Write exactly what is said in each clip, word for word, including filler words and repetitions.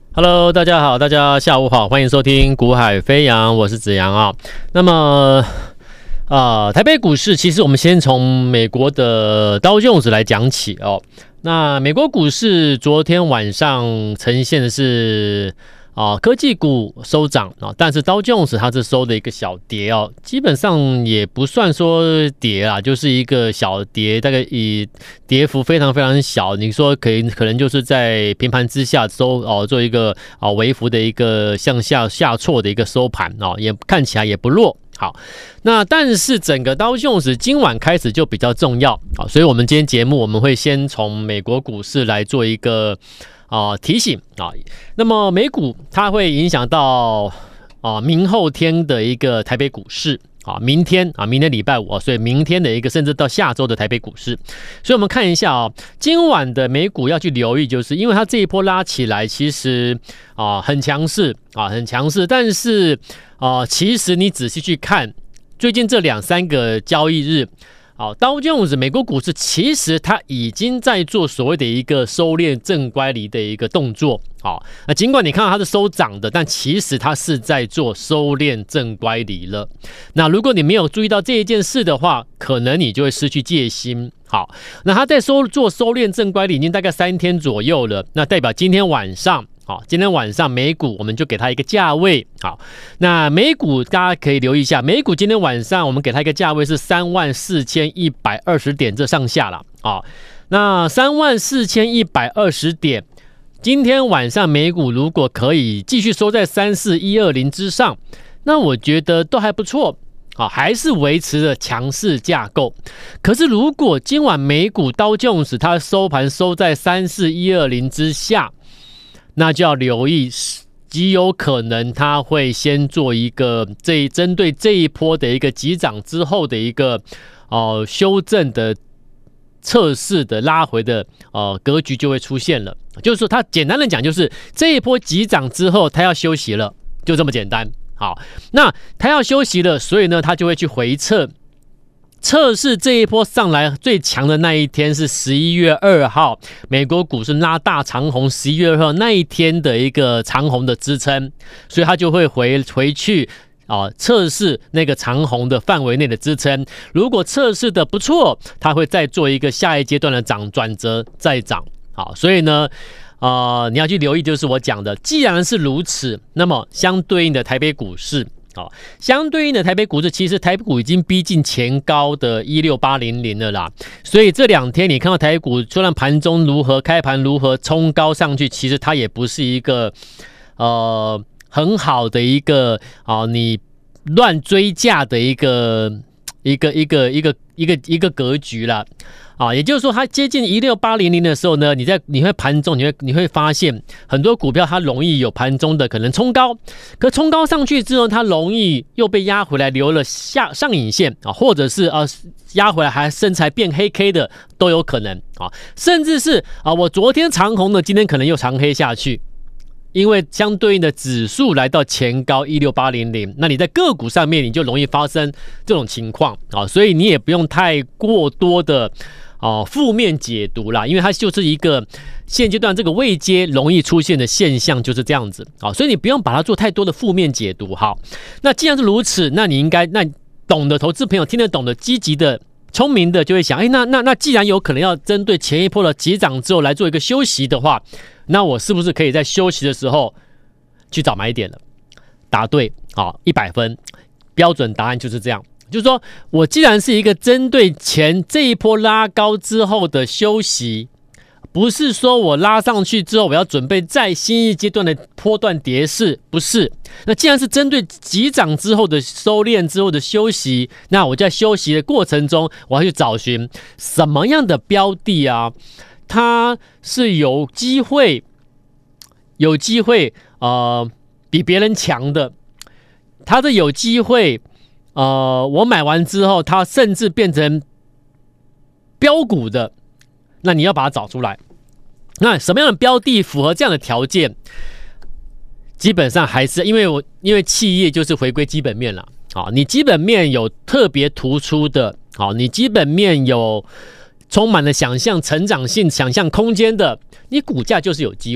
Hello， 大家好，大家下午好，欢迎收听股海飞扬，我是子阳啊。那么，呃，台北股市其实我们先从美国的道琼斯来讲起哦。那美国股市昨天晚上呈现的是啊、呃、科技股收涨啊，但是道琼斯它是收的一个小跌哦，基本上也不算说跌啦，就是一个小跌，大概以跌幅非常非常小，你说可以可能就是在平盘之下收哦，做一个啊微幅的一个向下下挫的一个收盘哦，也看起来也不弱。好，那但是整个道琼斯今晚开始就比较重要啊，所以我们今天节目我们会先从美国股市来做一个啊提醒啊。那么美股它会影响到啊明后天的一个台北股市啊，明天啊，明天礼拜五啊，所以明天的一个甚至到下周的台北股市，所以我们看一下啊，今晚的美股要去留意，就是因为它这一波拉起来，其实啊很强势啊，很强势，但是啊，其实你仔细去看，最近这两三个交易日，好，道琼斯美国股市其实它已经在做所谓的一个收敛正乖离的一个动作。好，那尽管你看到它是收涨的，但其实它是在做收敛正乖离了。那如果你没有注意到这一件事的话，可能你就会失去戒心。好，那它在收做收敛正乖离已经大概三天左右了，那代表今天晚上。好，今天晚上美股我们就给它一个价位。好，那美股大家可以留意一下，美股今天晚上我们给它一个价位是三万四千一百二十点这上下了啊。那三万四千一百二十点，今天晚上美股如果可以继续收在三四一二零之上，那我觉得都还不错。好，还是维持了强势架构。可是如果今晚美股道琼斯它收盘收在三四一二零之下，那就要留意，极有可能它会先做一个这针对这一波的一个急涨之后的一个呃修正的测试的拉回的呃格局就会出现了。就是说，它简单的讲，就是这一波急涨之后，它要休息了，就这么简单。好，那它要休息了，所以呢，它就会去回测。测试这一波上来最强的那一天是十一月二号，美国股市拉大长红，十一月二号那一天的一个长红的支撑，所以它就会回回去啊测试那个长红的范围内的支撑。如果测试的不错，它会再做一个下一阶段的涨转折再涨。好，所以呢，呃，你要去留意，就是我讲的，既然是如此，那么相对应的台北股市。好，相对应的台北股市，其实台北股已经逼近前高的一六八零零了啦，所以这两天你看到台股，虽然盘中如何，开盘如何冲高上去，其实它也不是一个呃很好的一个啊、呃、你乱追价的一个一个一个一个一个一个格局啦。啊，也就是说，它接近一六八零零的时候呢，你在你会盘中，你会你会发现很多股票它容易有盘中的可能冲高，可冲高上去之后，它容易又被压回来，留了下上影线啊，或者是啊压回来还身材变黑 K 的都有可能啊，甚至是啊我昨天长红的，今天可能又长黑下去。因为相对应的指数来到前高一六八零零，那你在个股上面你就容易发生这种情况啊，所以你也不用太过多的哦负面解读啦，因为它就是一个现阶段这个位阶容易出现的现象就是这样子啊，所以你不用把它做太多的负面解读。好，那既然是如此，那你应该那懂的投资朋友听得懂的积极的。聪明的就会想，哎，那那那既然有可能要针对前一波的急涨之后来做一个休息的话，那我是不是可以在休息的时候去找买点了？答对，好，一百分，标准答案就是这样。就是说我既然是一个针对前这一波拉高之后的休息，不是说我拉上去之后我要准备再新一阶段的波段跌势，不是。那既然是针对急涨之后的收敛之后的休息，那我在休息的过程中，我要去找寻什么样的标的啊，它是有机会有机会呃比别人强的，它是有机会呃我买完之后它甚至变成标股的，那你要把它找出来。那什么样的标的符合这样的条件？基本上还是因为我因为企业就是回归基本面了。好，你基本面有特别突出的，好，你基本面有充满了想象成长性、想象空间的，你股价就是有机会。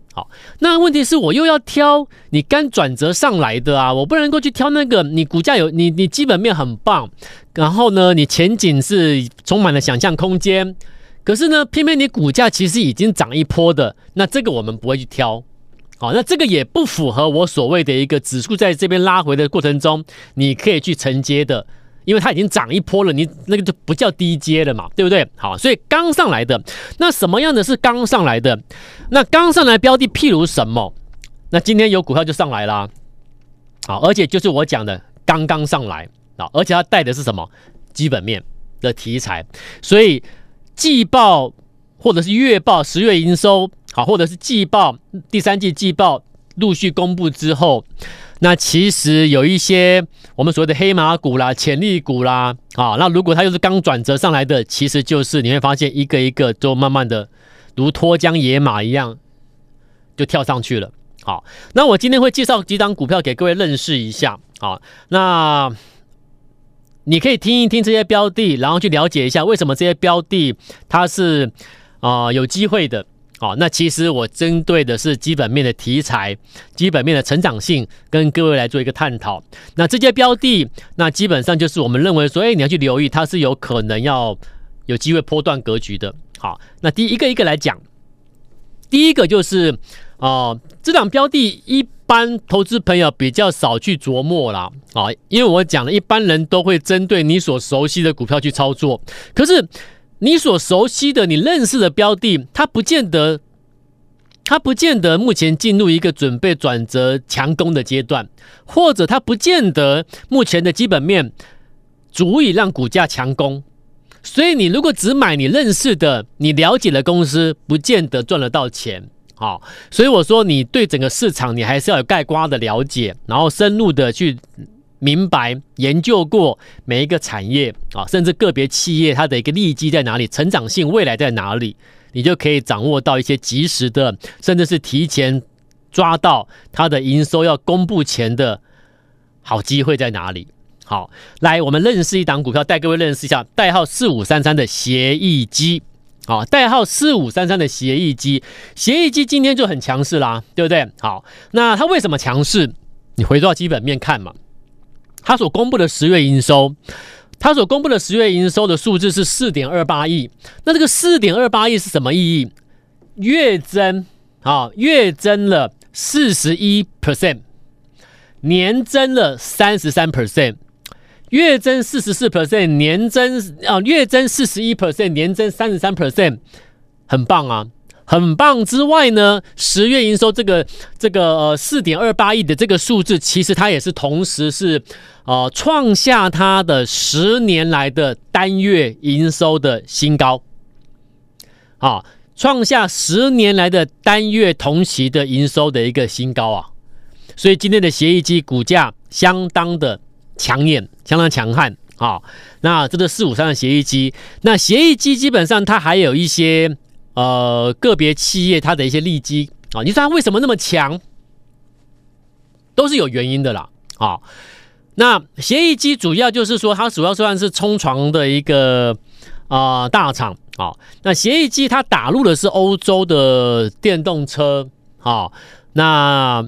好，那问题是我又要挑你刚转折上来的啊，我不能够去挑那个你股价有你你基本面很棒，然后呢你前景是充满了想象空间，可是呢偏偏你股价其实已经涨一波的，那这个我们不会去挑。好，那这个也不符合我所谓的一个指数在这边拉回的过程中，你可以去承接的，因为它已经涨一波了，你那个就不叫低阶了嘛，对不对？好，所以刚上来的，那什么样的是刚上来的？那刚上来标的，譬如什么？那今天有股票就上来啦，好，而且就是我讲的刚刚上来啊，而且它带的是什么？基本面的题材，所以季报或者是月报十月营收。好，或者是季报，第三季季报陆续公布之后，那其实有一些我们所谓的黑马股啦、潜力股啦，啊，那如果它又是刚转折上来的，其实就是你会发现一个一个就慢慢的如脱缰野马一样就跳上去了。好，那我今天会介绍几档股票给各位认识一下。好，那你可以听一听这些标的，然后去了解一下为什么这些标的它是啊、呃、有机会的。好，那其实我针对的是基本面的题材、基本面的成长性，跟各位来做一个探讨。那这些标的，那基本上就是我们认为说，哎，你要去留意，它是有可能要有机会波段格局的。好，那第一个一个来讲，第一个就是啊、呃，这档标的一般投资朋友比较少去琢磨啦，啊，因为我讲了，一般人都会针对你所熟悉的股票去操作，可是。你所熟悉的、你认识的标的，它不见得，它不见得目前进入一个准备转折强攻的阶段，或者它不见得目前的基本面足以让股价强攻。所以，你如果只买你认识的、你了解的公司，不见得赚得到钱。好，所以我说，你对整个市场，你还是要有概括的了解，然后深入的去。明白研究过每一个产业啊，甚至个别企业它的一个利基在哪里，成长性未来在哪里，你就可以掌握到一些及时的，甚至是提前抓到它的营收要公布前的好机会在哪里。好，来我们认识一档股票，带各位认识一下，代号四五三三的协易机。好，代号四五三三的协易机，协易机今天就很强势啦，对不对？好，那它为什么强势？你回到基本面看嘛。他所公布的十月营收，他所公布的十月营收的数字是 四点二八亿。那这个 四点二八亿是什么意义？月增啊，月增了 百分之四十一， 年增了 百分之三十三， 月增 百分之四十四， 年增啊，月增 百分之四十一， 年增 百分之三十三， 很棒啊！很棒之外呢，十月营收这个这个呃 四点二八亿的这个数字，其实它也是同时是呃创下它的十年来的单月营收的新高，啊，创下十年来的单月同期的营收的一个新高啊，所以今天的协易机股价相当的抢眼，相当强悍啊。那这是四五三的协易机，那协易机基本上它还有一些。呃，个别企业它的一些利基啊，你说它为什么那么强，都是有原因的啦啊。那协易机主要就是说，它主要算是冲床的一个啊、呃、大厂啊。那协易机它打入的是欧洲的电动车啊，那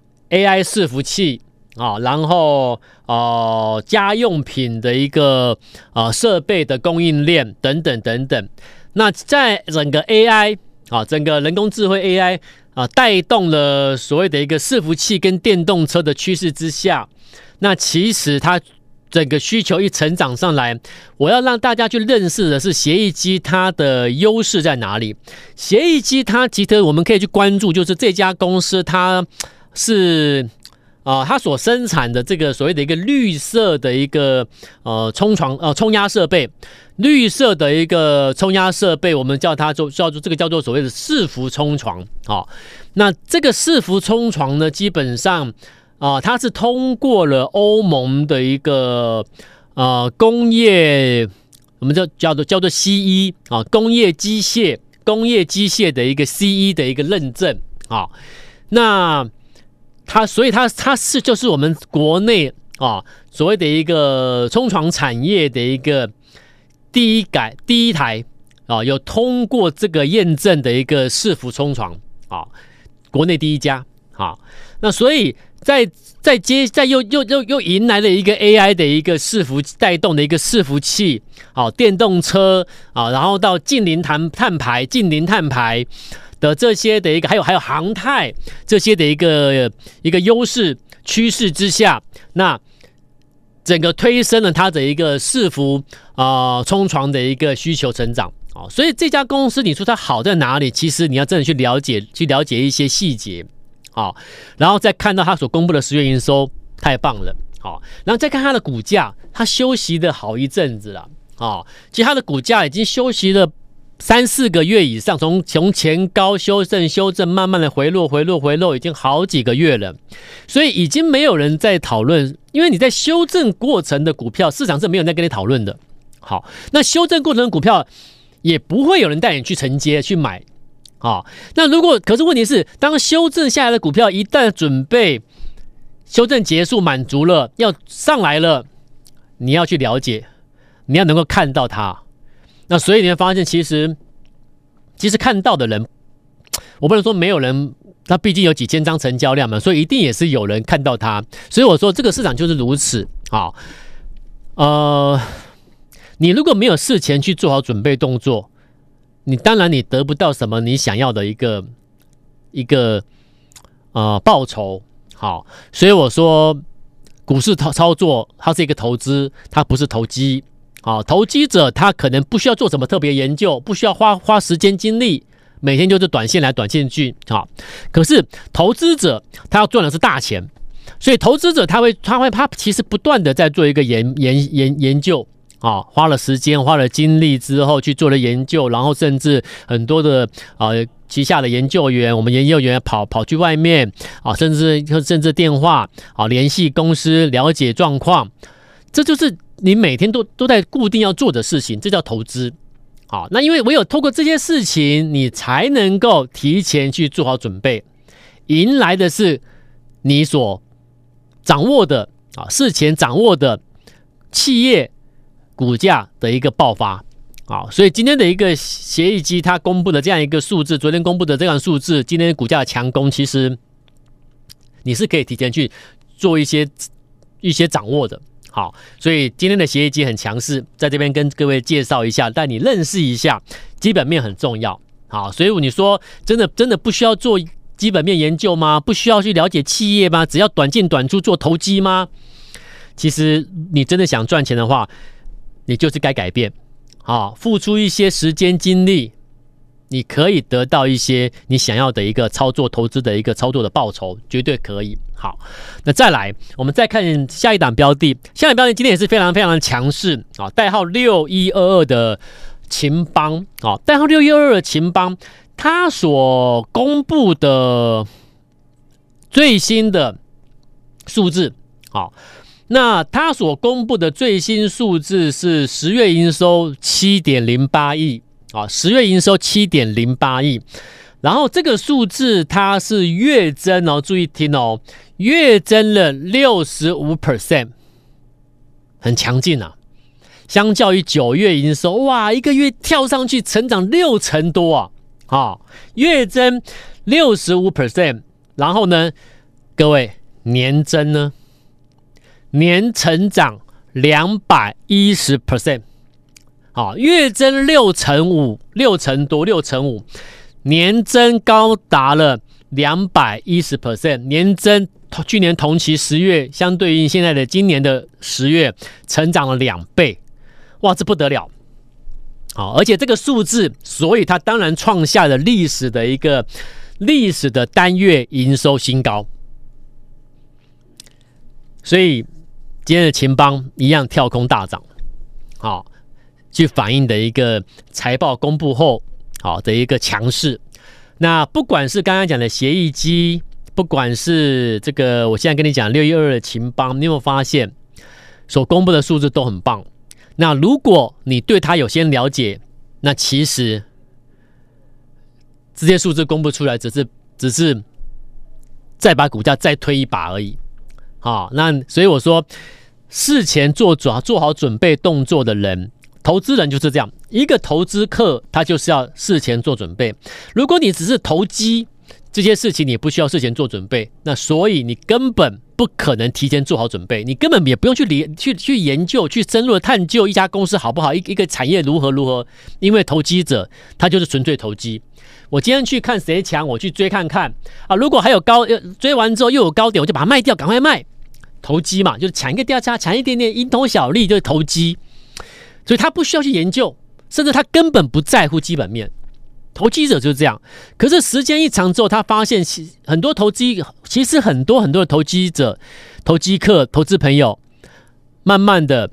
A I 伺服器啊，然后呃家用品的一个呃设备的供应链等等等等。那在整个 A I 啊，整个人工智慧 A I 啊，带动了所谓的一个伺服器跟电动车的趋势之下，那其实它整个需求一成长上来，我要让大家去认识的是协易机它的优势在哪里。协易机它其实我们可以去关注，就是这家公司它是。啊、呃，它所生产的这个所谓的一个绿色的一个呃冲床呃冲压设备，绿色的一个冲压设备，我们叫它做叫做这个叫做所谓的伺服冲床啊、哦。那这个伺服冲床呢，基本上啊、呃，它是通过了欧盟的一个呃工业，我们叫叫做叫做 C E 啊，工业机械工业机械的一个 C E 的一个认证啊、哦。那它所以它它是就是我们国内啊所谓的一个冲床产业的一个第一改第一台啊有通过这个验证的一个伺服冲床啊， 国内第一家。好，那所以在在接在又又又又迎来了一个 A I 的一个伺服带动的一个伺服器，好，电动车啊，然后到近零碳碳排、近零碳排的这些的一个，还有还有航太这些的一个一个优势趋势之下，那整个推升了它的一个伺服啊冲床的一个需求成长。哦，所以这家公司你说它好在哪里？其实你要真的去了解，去了解一些细节。好，然后再看到他所公布的十月营收，太棒了。好，然后再看他的股价，他休息了好一阵子了。好，其实他的股价已经休息了三四个月以上，从从前高修正、修正，慢慢的回落、回落、回落，已经好几个月了。所以已经没有人在讨论，因为你在修正过程的股票，市场是没有人在跟你讨论的。好，那修正过程的股票也不会有人带你去承接去买。好，那如果可是问题是，当修正下来的股票一旦准备修正结束满足了，要上来了，你要去了解，你要能够看到它。那所以你会发现，其实其实看到的人，我不能说没有人，他毕竟有几千张成交量嘛，所以一定也是有人看到它。所以我说这个市场就是如此。好，呃，你如果没有事前去做好准备动作，你当然你得不到什么你想要的一个一个呃报酬。好，所以我说股市操作它是一个投资，它不是投机。好，投机者他可能不需要做什么特别研究，不需要花花时间精力，每天就是短线来短线去。好，可是投资者他要赚的是大钱，所以投资者他会他会他其实不断的在做一个研研研研究。啊，花了时间，花了精力之后去做了研究，然后甚至很多的呃旗下的研究员，我们研究员跑跑去外面啊，甚至甚至电话啊联系公司了解状况，这就是你每天都都在固定要做的事情，这叫投资。好，那因为唯有透过这些事情，你才能够提前去做好准备，迎来的是你所掌握的啊事前掌握的企业股价的一个爆发。好，所以今天的一个协议机它公布的这样一个数字，昨天公布的这样数字，今天股价的强攻，其实你是可以提前去做一些一些掌握的。好，所以今天的协议机很强势，在这边跟各位介绍一下，带你认识一下基本面很重要。好，所以你说真的真的不需要做基本面研究吗？不需要去了解企业吗？只要短进短出做投机吗？其实你真的想赚钱的话，你就是该改变，好，付出一些时间精力，你可以得到一些你想要的一个操作投资的一个操作的报酬，绝对可以。好，那再来，我们再看下一档标的，下一档标的今天也是非常非常的强势啊，代号六一二二的秦邦啊，代号六一二二的秦邦，它所公布的最新的数字，好。那他所公布的最新数字是十月营收 七点零八亿啊，十月营收 七点零八亿，然后这个数字它是月增哦，注意听哦，月增了 百分之六十五， 很强劲啊，相较于九月营收，哇，一个月跳上去成长六成多啊，啊，月增 百分之六十五， 然后呢，各位年增呢？年成长 两百一十 percent， 好，月增六成五，六成多，六成五，年增高达了 两百一十 percent， 年增去年同期十月相对于现在的今年的十月成长了两倍，哇，这不得了！好，而且这个数字，所以它当然创下了历史的一个历史的单月营收新高，所以今天的秦邦一样跳空大涨，好，去反映的一个财报公布后好的一个强势。那不管是刚刚讲的协议机，不管是这个我现在跟你讲六一二二的秦邦，你有没有发现所公布的数字都很棒？那如果你对它有些了解，那其实这些数字公布出来，只是只是再把股价再推一把而已。好，那所以我说，事前做做好准备动作的人，投资人就是这样，一个投资客他就是要事前做准备。如果你只是投机， 这些事情你不需要事前做准备，那所以你根本不可能提前做好准备，你根本也不用去去去研究、去深入的探究一家公司好不好，一一个产业如何如何，因为投机者他就是纯粹投机。我今天去看谁强，我去追看看啊，如果还有高，追完之后又有高点，我就把它卖掉，赶快卖，投机嘛，就是抢一个价差，抢一点点蝇头小利，就是投机。所以他不需要去研究，甚至他根本不在乎基本面。投机者就是这样，可是时间一长之后，他发现很多投机，其实很多很多的投机者、投机客、投资朋友，慢慢的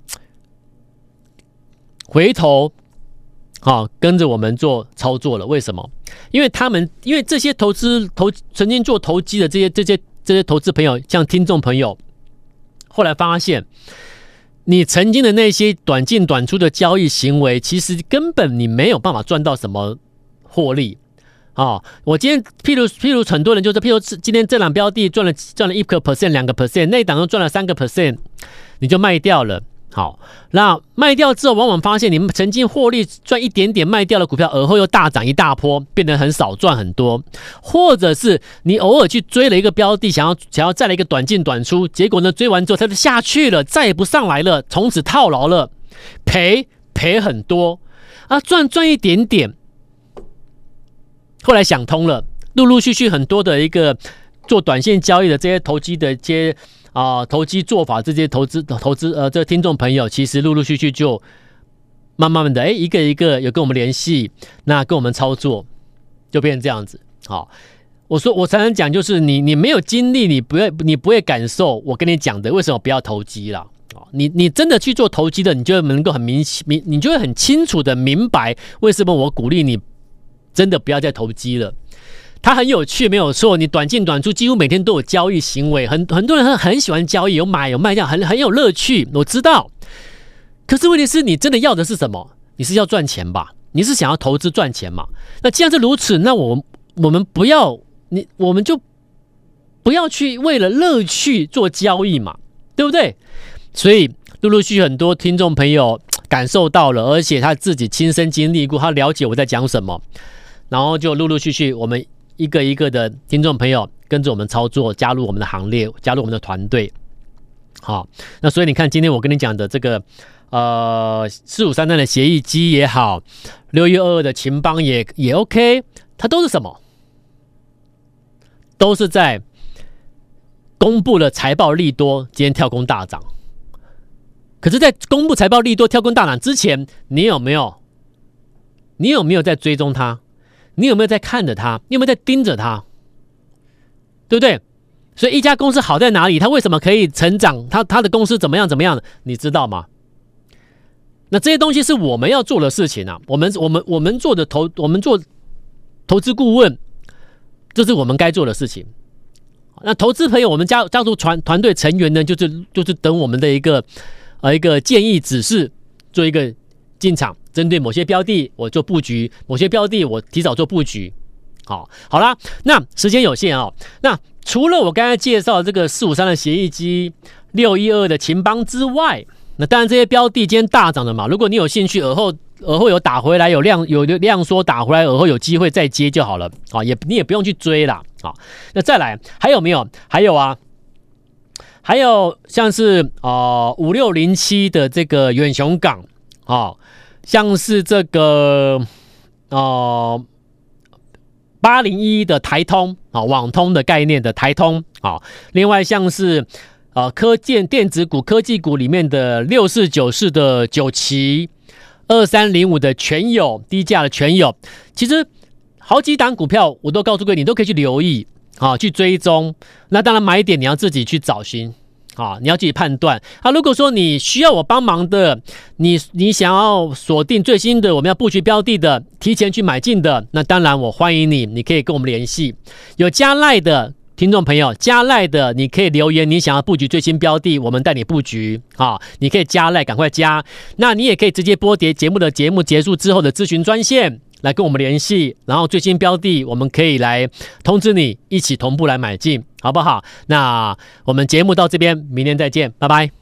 回头，好、哦、跟着我们做操作了。为什么？因为他们，因为这些投资投曾经做投机的这些这些这些投资朋友，像听众朋友，后来发现。你曾经的那些短进短出的交易行为，其实根本你没有办法赚到什么获利啊、哦！我今天譬如譬如很多人就是譬如今天这档标的赚了赚了一个 percent 两个 percent， 那一档又赚了三个 percent， 你就卖掉了。好，那卖掉之后，往往发现你们曾经获利赚一点点卖掉的股票，而后又大涨一大波，变得很少赚很多，或者是你偶尔去追了一个标的，想要想要再来一个短进短出，结果呢追完之后它就下去了，再也不上来了，从此套牢了，赔赔很多啊，赚赚一点点，后来想通了，陆陆续续很多的一个做短线交易的这些投机的这些。啊，投机做法，这些投资投资呃，这个听众朋友其实陆陆续续就慢慢的，哎，一个一个有跟我们联系，那跟我们操作，就变成这样子。好，我说我常常讲，就是你你没有经历，你不会你不会感受我跟你讲的为什么不要投机啦。你你真的去做投机的，你就能够很明明，你就会很清楚的明白为什么我鼓励你真的不要再投机了。它很有趣，没有错。你短进短出，几乎每天都有交易行为，很很多人很很喜欢交易，有买有卖，这样很很有乐趣。我知道，可是问题是你真的要的是什么？你是要赚钱吧？你是想要投资赚钱嘛？那既然是如此，那我我们不要你，我们就不要去为了乐趣做交易嘛，对不对？所以陆陆续续很多听众朋友感受到了，而且他自己亲身经历过，他了解我在讲什么，然后就陆陆续续我们。一个一个的听众朋友跟着我们操作，加入我们的行列，加入我们的团队。好，那所以你看，今天我跟你讲的这个呃四五三三的协议机也好，六一二二的秦邦也也 OK， 它都是什么？都是在公布了财报利多，今天跳空大涨。可是，在公布财报利多、跳空大涨之前，你有没有？你有没有在追踪它？你有没有在看着它？你有没有在盯着它？对不对？所以一家公司好在哪里？它为什么可以成长？它它的公司怎么样怎么样？你知道吗？那这些东西是我们要做的事情啊。我们我们我们做的投，我们做投资顾问，这是我们该做的事情。那投资朋友，我们加加入团团队成员呢，就是就是等我们的一个呃一个建议指示，做一个进场。针对某些标的我做布局，某些标的我提早做布局。好，好啦，那时间有限哦。那除了我刚才介绍这个四五三的协议机、六一二的秦邦之外，那当然这些标的今天大涨的嘛。如果你有兴趣，而后而后有打回来，有量有量缩打回来，而后有机会再接就好了。啊，也你也不用去追啦。啊，那再来还有没有？还有啊，还有像是呃五六零七的这个远雄港啊。哦像是这个呃八零一的台通啊，网通的概念的台通啊，另外像是呃科建电子股、科技股里面的六四九四的九旗，二三零五的全友，低价的全友，其实好几档股票我都告诉各位，你都可以去留意啊，去追踪。那当然买点你要自己去找寻。啊，你要自己判断啊。如果说你需要我帮忙的，你你想要锁定最新的我们要布局标的的，提前去买进的，那当然我欢迎你，你可以跟我们联系。有加赖的听众朋友，加赖的你可以留言，你想要布局最新标的，我们带你布局啊。你可以加赖，赶快加。那你也可以直接拨打节目的节目结束之后的咨询专线。来跟我们联系，然后最新标的我们可以来通知你，一起同步来买进，好不好？那我们节目到这边，明天再见，拜拜。